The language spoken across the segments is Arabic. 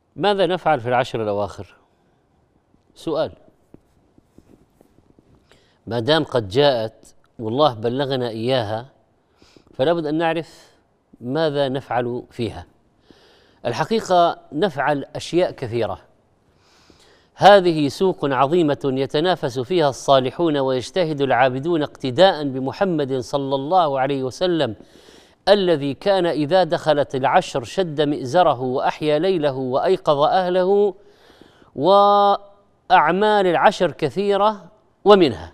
ماذا نفعل في العشر الأواخر؟ سؤال. ما دام قد جاءت والله بلغنا إياها فلا بد أن نعرف ماذا نفعل فيها. الحقيقة نفعل أشياء كثيرة. هذه سوق عظيمة يتنافس فيها الصالحون ويجتهد العابدون اقتداء بمحمد صلى الله عليه وسلم، الذي كان إذا دخلت العشر شد مئزره وأحيا ليله وأيقظ أهله. وأعمال العشر كثيرة، ومنها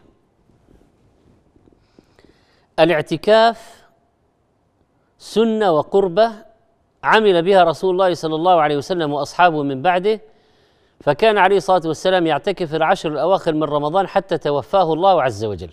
الاعتكاف سنة وقربة عمل بها رسول الله صلى الله عليه وسلم وأصحابه من بعده، فكان عليه الصلاة والسلام يعتكف العشر الأواخر من رمضان حتى توفاه الله عز وجل.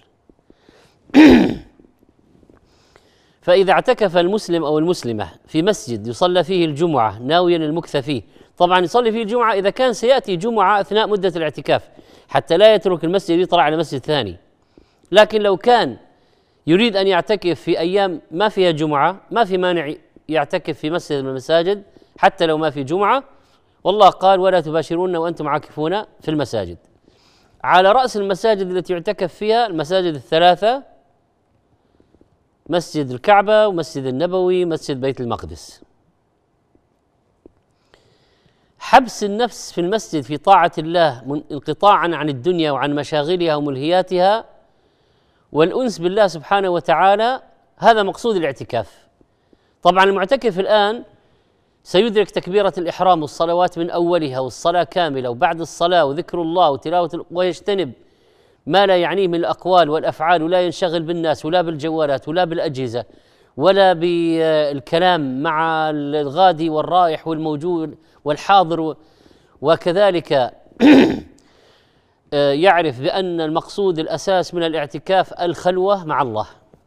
فإذا اعتكف المسلم أو المسلمة في مسجد يصلى فيه الجمعة ناويا المكث فيه، طبعا يصلي فيه الجمعة إذا كان سيأتي جمعة أثناء مدة الاعتكاف حتى لا يترك المسجد يطلع على مسجد ثاني، لكن لو كان يريد أن يعتكف في أيام ما فيها جمعة ما في مانع يعتكف في مسجد من المساجد حتى لو ما في جمعة، والله قال ولا تباشرون وأنتم عاكفون في المساجد. على رأس المساجد التي يعتكف فيها المساجد الثلاثة: مسجد الكعبة ومسجد النبوي ومسجد بيت المقدس. حبس النفس في المسجد في طاعة الله انقطاعا عن الدنيا وعن مشاغلها وملهياتها والأنس بالله سبحانه وتعالى، هذا مقصود الاعتكاف. طبعا المعتكف الآن سيدرك تكبيرة الإحرام والصلوات من أولها والصلاة كاملة وبعد الصلاة وذكر الله وتلاوة ويجتنب ما لا يعنيه من الأقوال والأفعال، ولا ينشغل بالناس ولا بالجوالات ولا بالأجهزة ولا بالكلام مع الغادي والرايح والموجود والحاضر. وكذلك يعرف بأن المقصود الأساس من الاعتكاف الخلوة مع الله،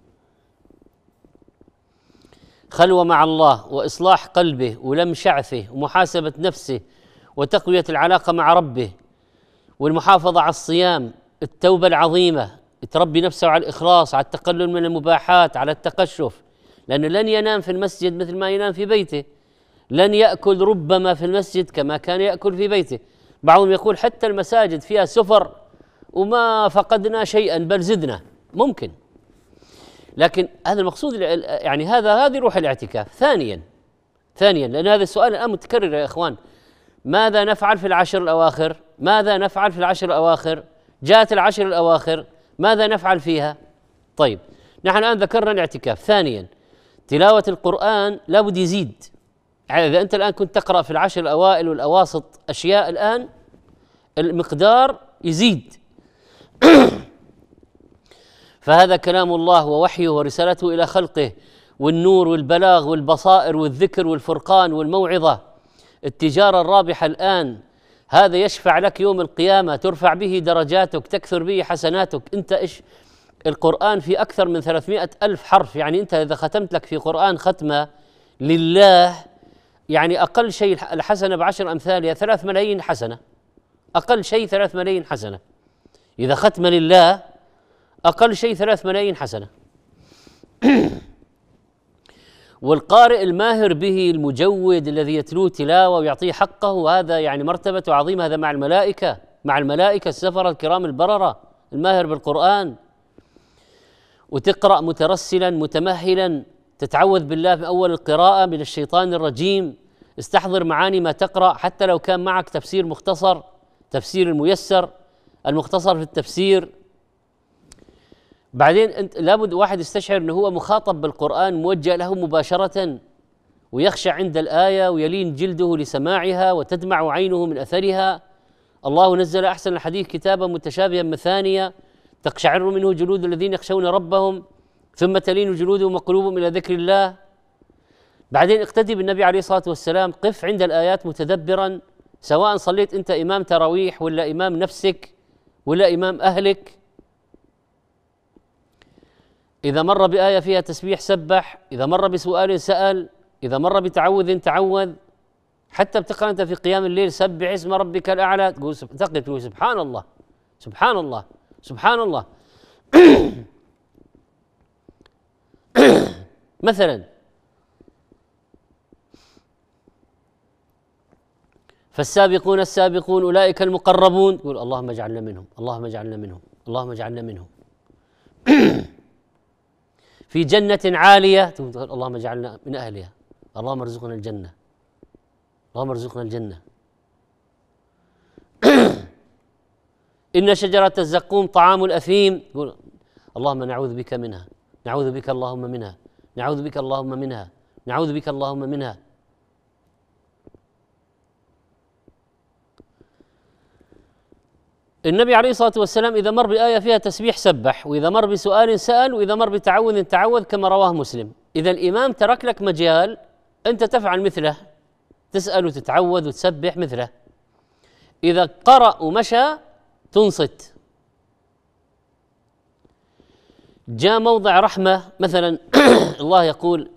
خلوة مع الله وإصلاح قلبه ولم شعثه ومحاسبة نفسه وتقوية العلاقة مع ربه والمحافظة على الصيام، التوبة العظيمة، تربي نفسه على الإخلاص، على التقلل من المباحات، على التقشف، لأنه لن ينام في المسجد مثل ما ينام في بيته، لن يأكل ربما في المسجد كما كان يأكل في بيته. بعضهم يقول حتى المساجد فيها سفر وما فقدنا شيئا بل زدنا، ممكن، لكن هذا المقصود يعني هذه روح الاعتكاف. ثانيا لأن هذا السؤال الآن متكرر يا إخوان: ماذا نفعل في العشر الأواخر؟ ماذا نفعل في العشر الأواخر؟ جاءت العشر الأواخر ماذا نفعل فيها؟ طيب، نحن الآن ذكرنا الاعتكاف. ثانيا تلاوة القرآن لابد يزيد. يعني إذا أنت الآن كنت تقرأ في العشر الأوائل والأواسط أشياء، الآن المقدار يزيد. فهذا كلام الله ووحيه ورسالته إلى خلقه، والنور والبلاغ والبصائر والذكر والفرقان والموعظة، التجارة الرابحة الآن. هذا يشفع لك يوم القيامة، ترفع به درجاتك، تكثر به حسناتك. أنت إيش القرآن في أكثر من 300 ألف حرف، يعني أنت إذا ختمت لك في قرآن ختمة لله، يعني أقل شيء الحسنة بعشر أمثالها 3 ملايين حسنة، أقل شيء 3 ملايين حسنة. إذا ختم لله أقل شيء 3 ملايين حسنة. والقارئ الماهر به المجود الذي يتلوه تلاوة ويعطيه حقه، وهذا يعني مرتبة عظيمة، هذا مع الملائكة السفرة الكرام البررة، الماهر بالقرآن. وتقرأ مترسلا متمهلا، تتعوذ بالله في أول القراءة من الشيطان الرجيم، استحضر معاني ما تقرأ، حتى لو كان معك تفسير مختصر، تفسير الميسر، المختصر في التفسير. بعدين أنت لابد واحد يستشعر أنه هو مخاطب بالقرآن موجه له مباشرة، ويخشع عند الآية ويلين جلده لسماعها وتدمع عينه من أثرها. الله نزل أحسن الحديث كتابا متشابها مثانيا تقشعر منه جلود الذين يخشون ربهم ثم تلين جلودهم وقلوبهم إلى ذكر الله. بعدين اقتدي بالنبي عليه الصلاة والسلام، قف عند الآيات متدبرا، سواء صليت أنت إمام تراويح ولا إمام نفسك ولا إمام أهلك. إذا مر بآية فيها تسبيح سبح، إذا مر بسؤال سأل، إذا مر بتعوذ تعوذ. حتى بتقرأ أنت في قيام الليل سبح اسم ربك الأعلى، تقول سبحان الله سبحان الله سبحان الله. مثلا. فالسابقون السابقون أولئك المقربون، يقول اللهم اجعلنا منهم، اللهم اجعلنا منهم، اللهم اجعلنا منهم. في جنة عالية تقول اللهم اجعلنا من أهلها، اللهم ارزقنا الجنة، اللهم ارزقنا الجنة. إن شجرة الزقوم طعام الأثيم، يقول اللهم نعوذ بك منها، نعوذ بك اللهم منها، نعوذ بك اللهم منها، نعوذ بك اللهم منها. النبي عليه الصلاة والسلام إذا مر بآية فيها تسبيح سبح، وإذا مر بسؤال سأل، وإذا مر بتعوذ تعوذ كما رواه مسلم. إذا الإمام ترك لك مجال أنت تفعل مثله، تسأل وتتعوذ وتسبح مثله. إذا قرأ ومشى تنصت. جاء موضع رحمة مثلا الله يقول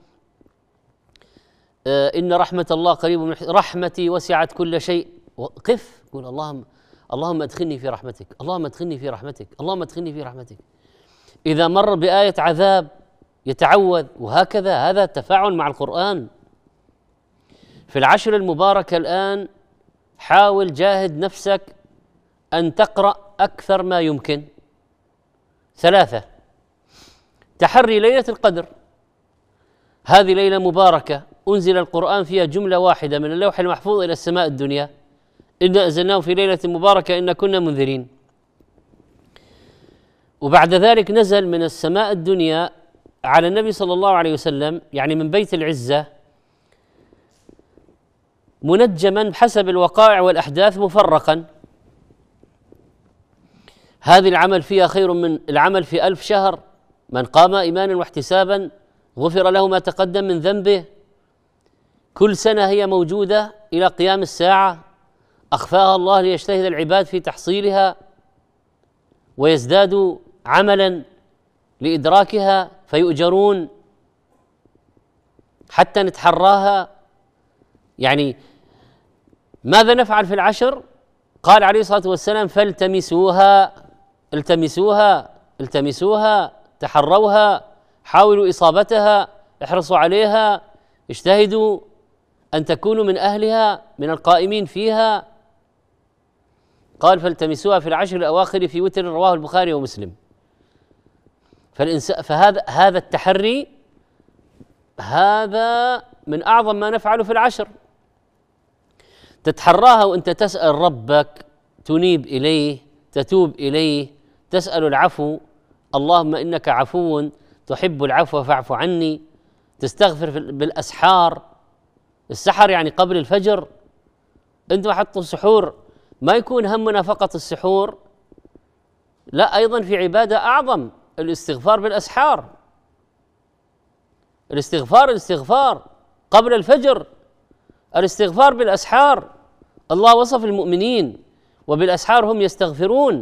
إن رحمة الله قريب من رحمتي وسعت كل شيء، قف قول اللهم ادخلني في رحمتك، اللهم ادخلني في رحمتك، اللهم ادخلني في رحمتك. إذا مر بآية عذاب يتعوذ، وهكذا. هذا تفاعل مع القرآن. في العشر المباركة الآن حاول جاهد نفسك أن تقرأ أكثر ما يمكن. 3، تحري ليلة القدر. هذه ليلة مباركة أنزل القرآن فيها جملة واحدة من اللوح المحفوظ إلى السماء الدنيا، إنا أنزلناه في ليلة مباركة إنا كنا منذرين. وبعد ذلك نزل من السماء الدنيا على النبي صلى الله عليه وسلم، يعني من بيت العزة، منجما بحسب الوقائع والأحداث مفرقا. هذه العمل فيها خير من العمل في 1000 شهر. من قام إيمانا واحتسابا غفر له ما تقدم من ذنبه. كل سنة هي موجودة إلى قيام الساعة، أخفاها الله ليجتهد العباد في تحصيلها ويزدادوا عملا لإدراكها فيؤجرون حتى نتحراها. يعني ماذا نفعل في العشر؟ قال عليه الصلاة والسلام فالتمسوها، التمسوها، التمسوها، تحروها، حاولوا إصابتها، احرصوا عليها، اجتهدوا أن تكونوا من أهلها، من القائمين فيها. قال فالتمسوها في العشر الأواخر في وتر، رواه البخاري ومسلم. فهذا التحري هذا من أعظم ما نفعله في العشر. تتحراها وأنت تسأل ربك، تنيب إليه، تتوب إليه، تسأل العفو، اللهم إنك عفو تحب العفو فاعف عني. تستغفر بالأسحار. السحر يعني قبل الفجر. أنتم حطوا السحور، ما يكون همنا فقط السحور، لا، أيضا في عبادة أعظم، الاستغفار بالأسحار. الاستغفار قبل الفجر، الاستغفار بالأسحار. الله وصف المؤمنين وبالأسحار هم يستغفرون.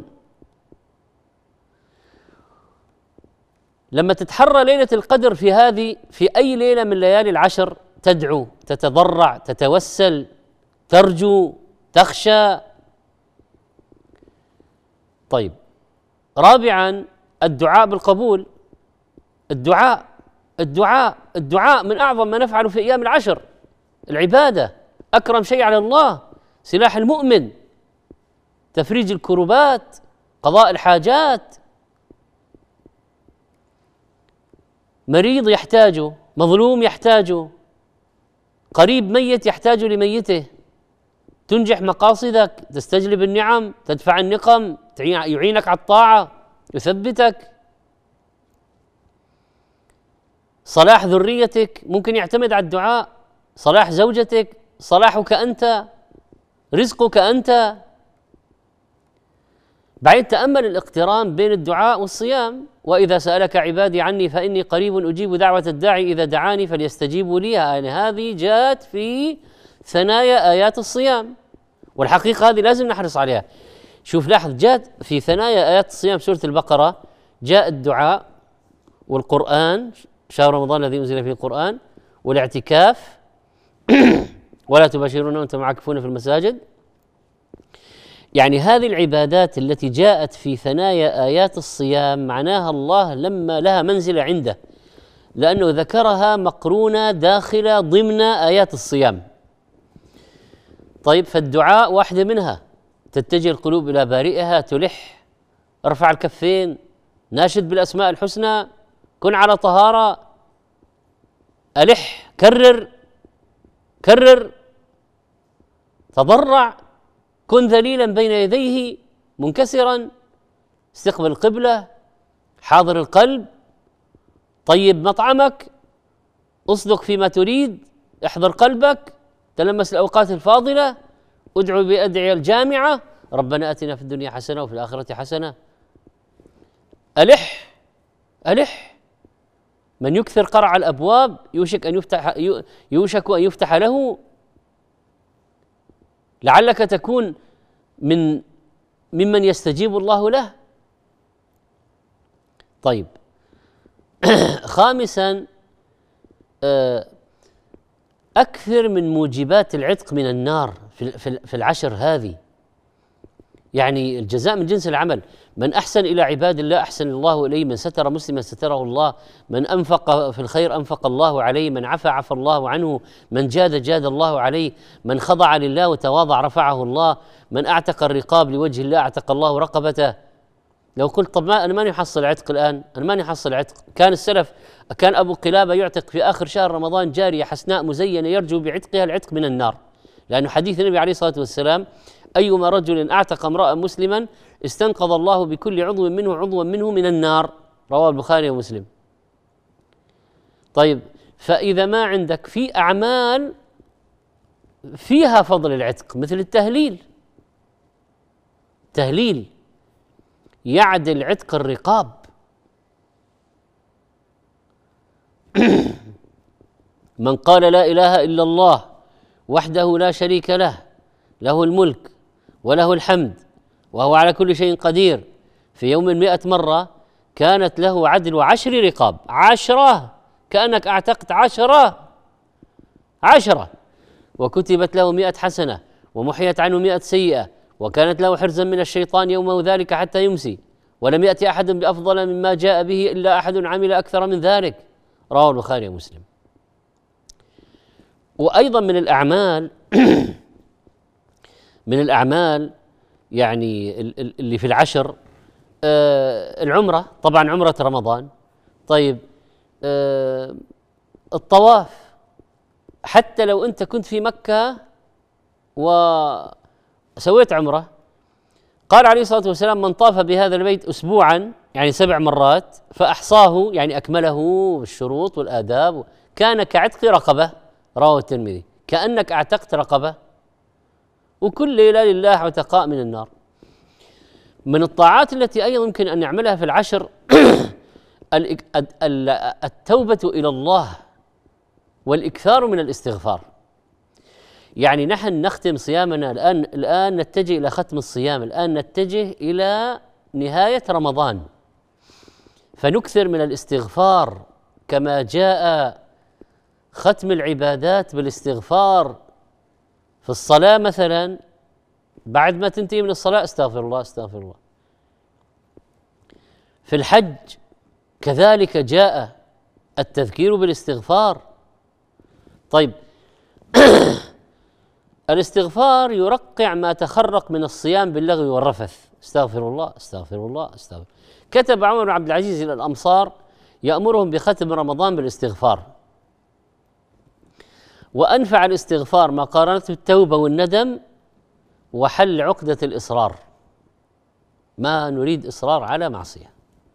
لما تتحرى ليلة القدر في أي ليلة من ليالي العشر، تدعو، تتضرع، تتوسل، ترجو، تخشى. طيب، رابعا الدعاء بالقبول. الدعاء من أعظم ما نفعله في أيام العشر. العبادة أكرم شيء على الله، سلاح المؤمن، تفريج الكربات، قضاء الحاجات. مريض يحتاجه، مظلوم يحتاجه، قريب ميت يحتاج لميته. تنجح مقاصدك، تستجلب النعم، تدفع النقم، يعينك على الطاعة، يثبتك. صلاح ذريتك ممكن يعتمد على الدعاء، صلاح زوجتك، صلاحك أنت، رزقك أنت. بعد تأمل الاقتران بين الدعاء والصيام. وإذا سألك عبادي عني فإني قريب أجيب دعوة الداعي إذا دعاني فليستجيبوا لي. يعني هذه جاءت في ثنايا آيات الصيام، والحقيقة هذه لازم نحرص عليها. شوف لاحظ، جاءت في ثنايا آيات الصيام سورة البقرة، جاء الدعاء والقرآن، شهر رمضان الذي أنزل فيه القرآن، والاعتكاف ولا تباشرون وأنتم عاكفون في المساجد. يعني هذه العبادات التي جاءت في ثنايا آيات الصيام معناها الله لما لها منزلة عنده، لأنه ذكرها مقرونة داخلة ضمن آيات الصيام. طيب فالدعاء واحدة منها، تتجه القلوب إلى بارئها، تلح، ارفع الكفين، ناشد بالأسماء الحسنى، كن على طهارة، ألح، كرر كرر، تضرع، كن ذليلا بين يديه منكسرا، استقبل القبلة، حاضر القلب، طيب مطعمك، اصدق فيما تريد، احضر قلبك، تلمس الأوقات الفاضلة، ادعو بأدعية الجامعة، ربنا آتنا في الدنيا حسنة وفي الآخرة حسنة. ألح ألح، من يكثر قرع الأبواب يوشك أن يفتح له، لعلك تكون ممن يستجيب الله له. طيب خامسا، أكثر من موجبات العتق من النار في العشر هذه، يعني الجزاء من جنس العمل. من أحسن إلى عباد الله أحسن الله إليه، من ستر مسلما ستره الله، من أنفق في الخير أنفق الله عليه، من عفى عفى الله عنه، من جاد جاد الله عليه، من خضع لله وتواضع رفعه الله، من أعتق الرقاب لوجه الله أعتق الله رقبته. لو قلت طب أنا ماني حصل عتق الآن، أنا ماني حصل عتق، كان السلف، كان أبو قلابة يعتق في آخر شهر رمضان جارية حسناء مزينة يرجو بعتقها العتق من النار، لأنه حديث النبي عليه الصلاة والسلام: أيما رجل أعتق امرأ مسلما استنقذ الله بكل عضو منه من النار، رواه البخاري ومسلم. طيب فإذا ما عندك في أعمال فيها فضل العتق مثل التهليل، تهليل يعدل عتق الرقاب. من قال لا إله إلا الله وحده لا شريك له، له الملك وله الحمد وهو على كل شيء قدير، في يوم 100 مرة كانت له عدل 10 رقاب، 10، كأنك أعتقت 10، وكتبت له 100 حسنة ومحيت عنه 100 سيئة، وكانت له حرزا من الشيطان يومه ذلك حتى يمسي، ولم يأتي أحد بأفضل مما جاء به إلا أحد عمل أكثر من ذلك، رواه البخاري ومسلم. وأيضا من الأعمال من الأعمال يعني اللي في العشر، العمرة، طبعا عمرة رمضان. طيب الطواف، حتى لو أنت كنت في مكة وسويت عمرة، قال عليه الصلاة والسلام: من طاف بهذا البيت أسبوعا، يعني 7 مرات، فأحصاه، يعني أكمله بالشروط والآداب، كان كعتق رقبة، رواه الترمذي، كأنك أعتقت رقبة. وكل ليلة لله عتقاء من النار. من الطاعات التي أيضا يمكن أن نعملها في العشر التوبة إلى الله والإكثار من الاستغفار. يعني نحن نختم صيامنا الآن نتجه إلى ختم الصيام، الآن نتجه إلى نهاية رمضان، فنكثر من الاستغفار كما جاء ختم العبادات بالاستغفار. في الصلاة مثلا بعد ما تنتهي من الصلاة استغفر الله استغفر الله. في الحج كذلك جاء التذكير بالاستغفار. طيب الاستغفار يرقع ما تخرق من الصيام باللغو والرفث، استغفر الله استغفر الله استغفر. كتب عمر بن عبد العزيز إلى الأمصار يأمرهم بختم رمضان بالاستغفار، وأنفع الاستغفار ما قارنته التوبة والندم وحل عقدة الإصرار، ما نريد إصرار على معصية.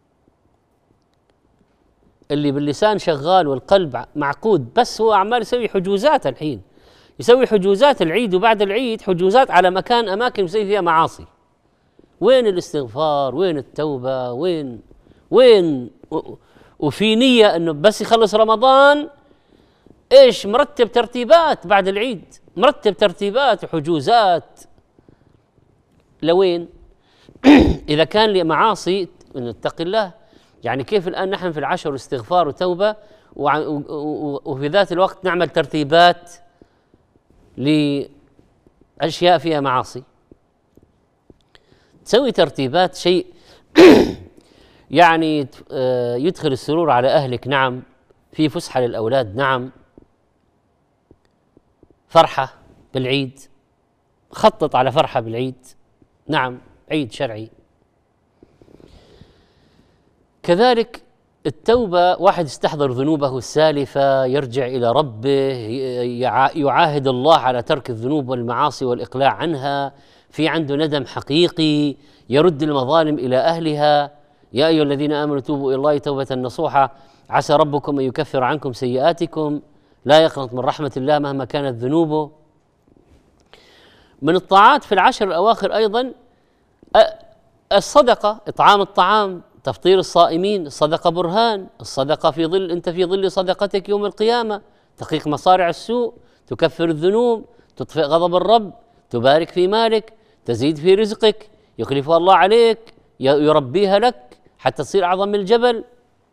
اللي باللسان شغال والقلب معقود، بس هو عمال يسوي حجوزات، الحين يسوي حجوزات العيد وبعد العيد حجوزات على أماكن يسوي فيها معاصي. وين الاستغفار؟ وين التوبة؟ وين وفي نية أنه بس يخلص رمضان إيش مرتب ترتيبات بعد العيد، مرتب ترتيبات وحجوزات لوين؟ إذا كان لي معاصي نتق الله. يعني كيف الآن نحن في العشر استغفار وتوبة وفي ذات الوقت نعمل ترتيبات لأشياء فيها معاصي؟ تسوي ترتيبات شيء يعني يدخل السرور على أهلك، نعم، في فسحة للأولاد، نعم، فرحة بالعيد، خطط على فرحة بالعيد، نعم عيد شرعي. كذلك التوبة، واحد يستحضر ذنوبه السالفة، يرجع إلى ربه، يعاهد الله على ترك الذنوب والمعاصي والإقلاع عنها، في عنده ندم حقيقي، يرد المظالم إلى أهلها. يا أيها الذين آمنوا توبوا إلى الله توبة نصوحا عسى ربكم أن يكفر عنكم سيئاتكم، لا يقنط من رحمة الله مهما كانت ذنوبه. من الطاعات في العشر الأواخر أيضا الصدقة، إطعام الطعام، تفطير الصائمين، الصدقة برهان، الصدقة في ظل، أنت في ظل صدقتك يوم القيامة، تحقيق مصارع السوء، تكفر الذنوب، تطفئ غضب الرب، تبارك في مالك، تزيد في رزقك، يخلفها الله عليك، يربيها لك حتى تصير أعظم من الجبل.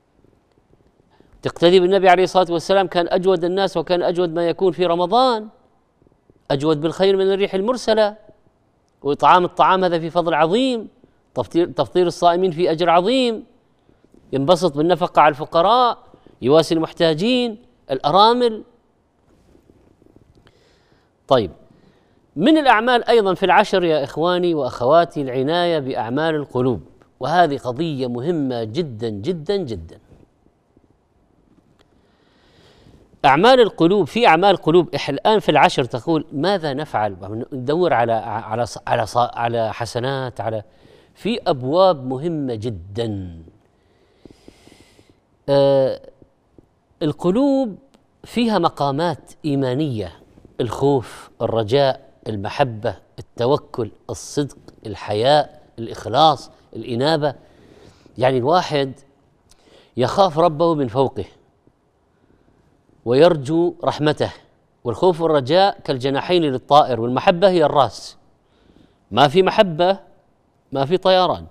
تقتدي بالنبي عليه الصلاة والسلام، كان أجود الناس وكان أجود ما يكون في رمضان، أجود بالخير من الريح المرسلة. وإطعام الطعام هذا في فضل عظيم، تفطير الصائمين في أجر عظيم، ينبسط بالنفقة على الفقراء، يواسي المحتاجين، الأرامل. طيب، من الأعمال أيضا في العشر يا إخواني وأخواتي العناية بأعمال القلوب، وهذه قضية مهمة جدا جدا جدا. أعمال القلوب، في أعمال قلوب الآن في العشر تقول ماذا نفعل؟ ندور على حسنات، في أبواب مهمة جدا. القلوب فيها مقامات إيمانية: الخوف، الرجاء، المحبة، التوكل، الصدق، الحياء، الإخلاص، الإنابة. يعني الواحد يخاف ربه من فوقه ويرجو رحمته، والخوف والرجاء كالجناحين للطائر، والمحبة هي الرأس. ما في محبة ما في طيران.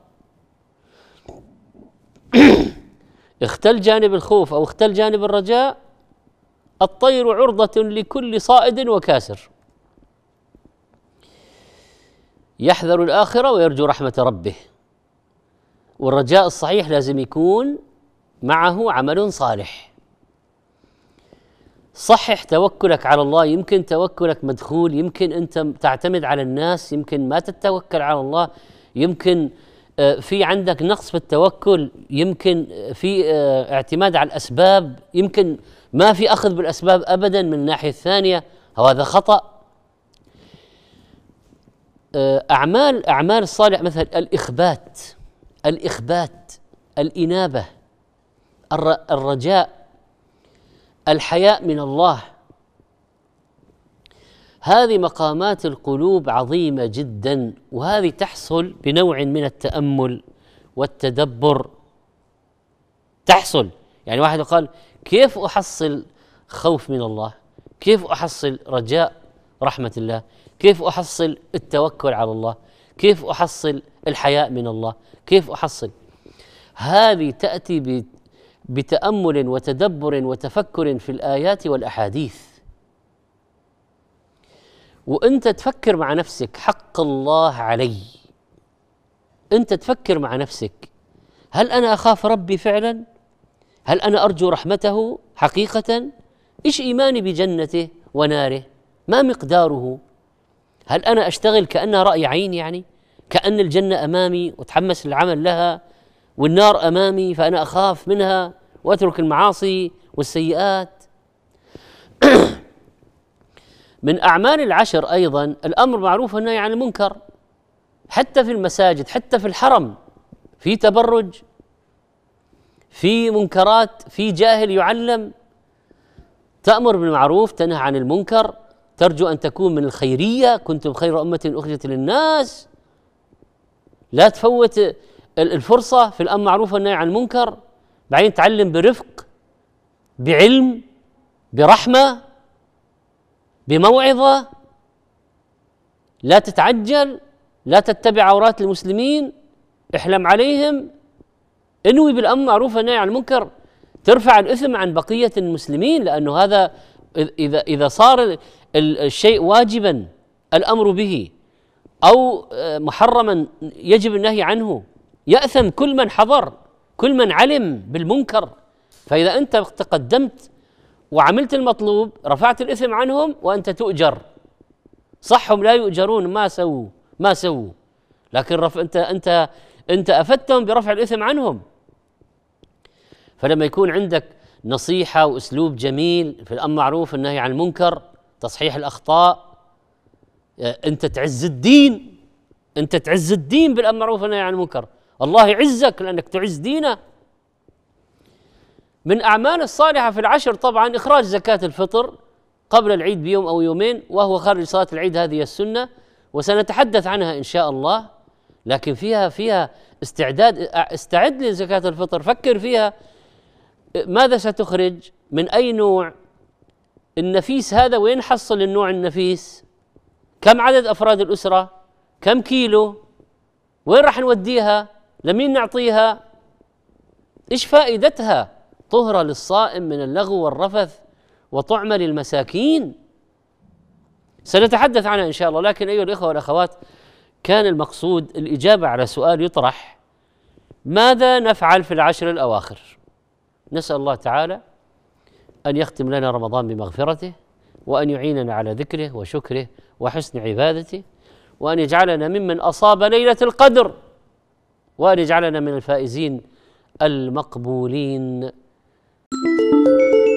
اختل جانب الخوف أو اختل جانب الرجاء، الطير عرضة لكل صائد وكاسر. يحذر الآخرة ويرجو رحمة ربه. والرجاء الصحيح لازم يكون معه عمل صالح. صحح توكلك على الله، يمكن توكلك مدخول، يمكن أنت تعتمد على الناس، يمكن ما تتوكل على الله، يمكن في عندك نقص في التوكل، يمكن في اعتماد على الأسباب، يمكن ما في أخذ بالأسباب أبدا من الناحية الثانية، وهذا خطأ. أعمال الصالح مثل الإخبات، الإنابة، الرجاء، الحياء من الله. هذه مقامات القلوب عظيمة جدا، وهذه تحصل بنوع من التأمل والتدبر. تحصل يعني واحد قال كيف أحصل خوف من الله؟ كيف أحصل رجاء رحمة الله؟ كيف أحصل التوكل على الله؟ كيف أحصل الحياء من الله؟ كيف أحصل؟ هذه تأتي بتأمل وتدبر وتفكر في الآيات والأحاديث، وأنت تفكر مع نفسك حق الله علي. أنت تفكر مع نفسك، هل أنا أخاف ربي فعلا؟ هل أنا أرجو رحمته حقيقة؟ إيش إيماني بجنته وناره؟ ما مقداره؟ هل أنا أشتغل كأنها رأي عين، يعني كأن الجنة أمامي وتحمس للعمل لها، والنار أمامي فأنا أخاف منها وأترك المعاصي والسيئات؟ من أعمال العشر أيضا الأمر معروف والنهي عن المنكر، حتى في المساجد، حتى في الحرم، في تبرج، في منكرات، في جاهل يعلم. تأمر بالمعروف، تنهى عن المنكر، ترجو أن تكون من الخيرية، كنتم خير أمة أخرجت للناس. لا تفوت الفرصة في الأمر معروف والنهي عن المنكر. بعدين تعلم برفق، بعلم، برحمة، بموعظة. لا تتعجل، لا تتبع عورات المسلمين، احلم عليهم، انوي بالأمر معروف والنهي عن المنكر، ترفع الإثم عن بقية المسلمين، لأنه هذا إذا صار الشيء واجبا الأمر به أو محرما يجب النهي عنه، يأثم كل من حضر، كل من علم بالمنكر. فإذا أنت تقدمت وعملت المطلوب رفعت الإثم عنهم وأنت تؤجر. صح هم لا يؤجرون، ما سووا، لكن انت افدتهم برفع الاثم عنهم. فلما يكون عندك نصيحه واسلوب جميل في الامر معروف والنهي عن المنكر، تصحيح الاخطاء، انت تعز الدين بالامر معروف والنهي عن المنكر، الله يعزك لانك تعز دينه. من اعمال الصالحه في العشر طبعا اخراج زكاه الفطر قبل العيد بيوم او يومين، وهو خارج صلاه العيد، هذه السنه وسنتحدث عنها ان شاء الله. لكن فيها استعد لزكاه الفطر، فكر فيها ماذا ستخرج، من اي نوع، النفيس هذا وين حصل النوع النفيس، كم عدد افراد الاسره، كم كيلو، وين راح نوديها، لمين نعطيها، ايش فائدتها، طهرة للصائم من اللغو والرفث وطعمة للمساكين. سنتحدث عنها ان شاء الله. لكن ايها الاخوه والاخوات، كان المقصود الاجابه على سؤال يطرح: ماذا نفعل في العشر الاواخر؟ نسال الله تعالى ان يختم لنا رمضان بمغفرته، وان يعيننا على ذكره وشكره وحسن عبادته، وان يجعلنا ممن اصاب ليله القدر، وان يجعلنا من الفائزين المقبولين.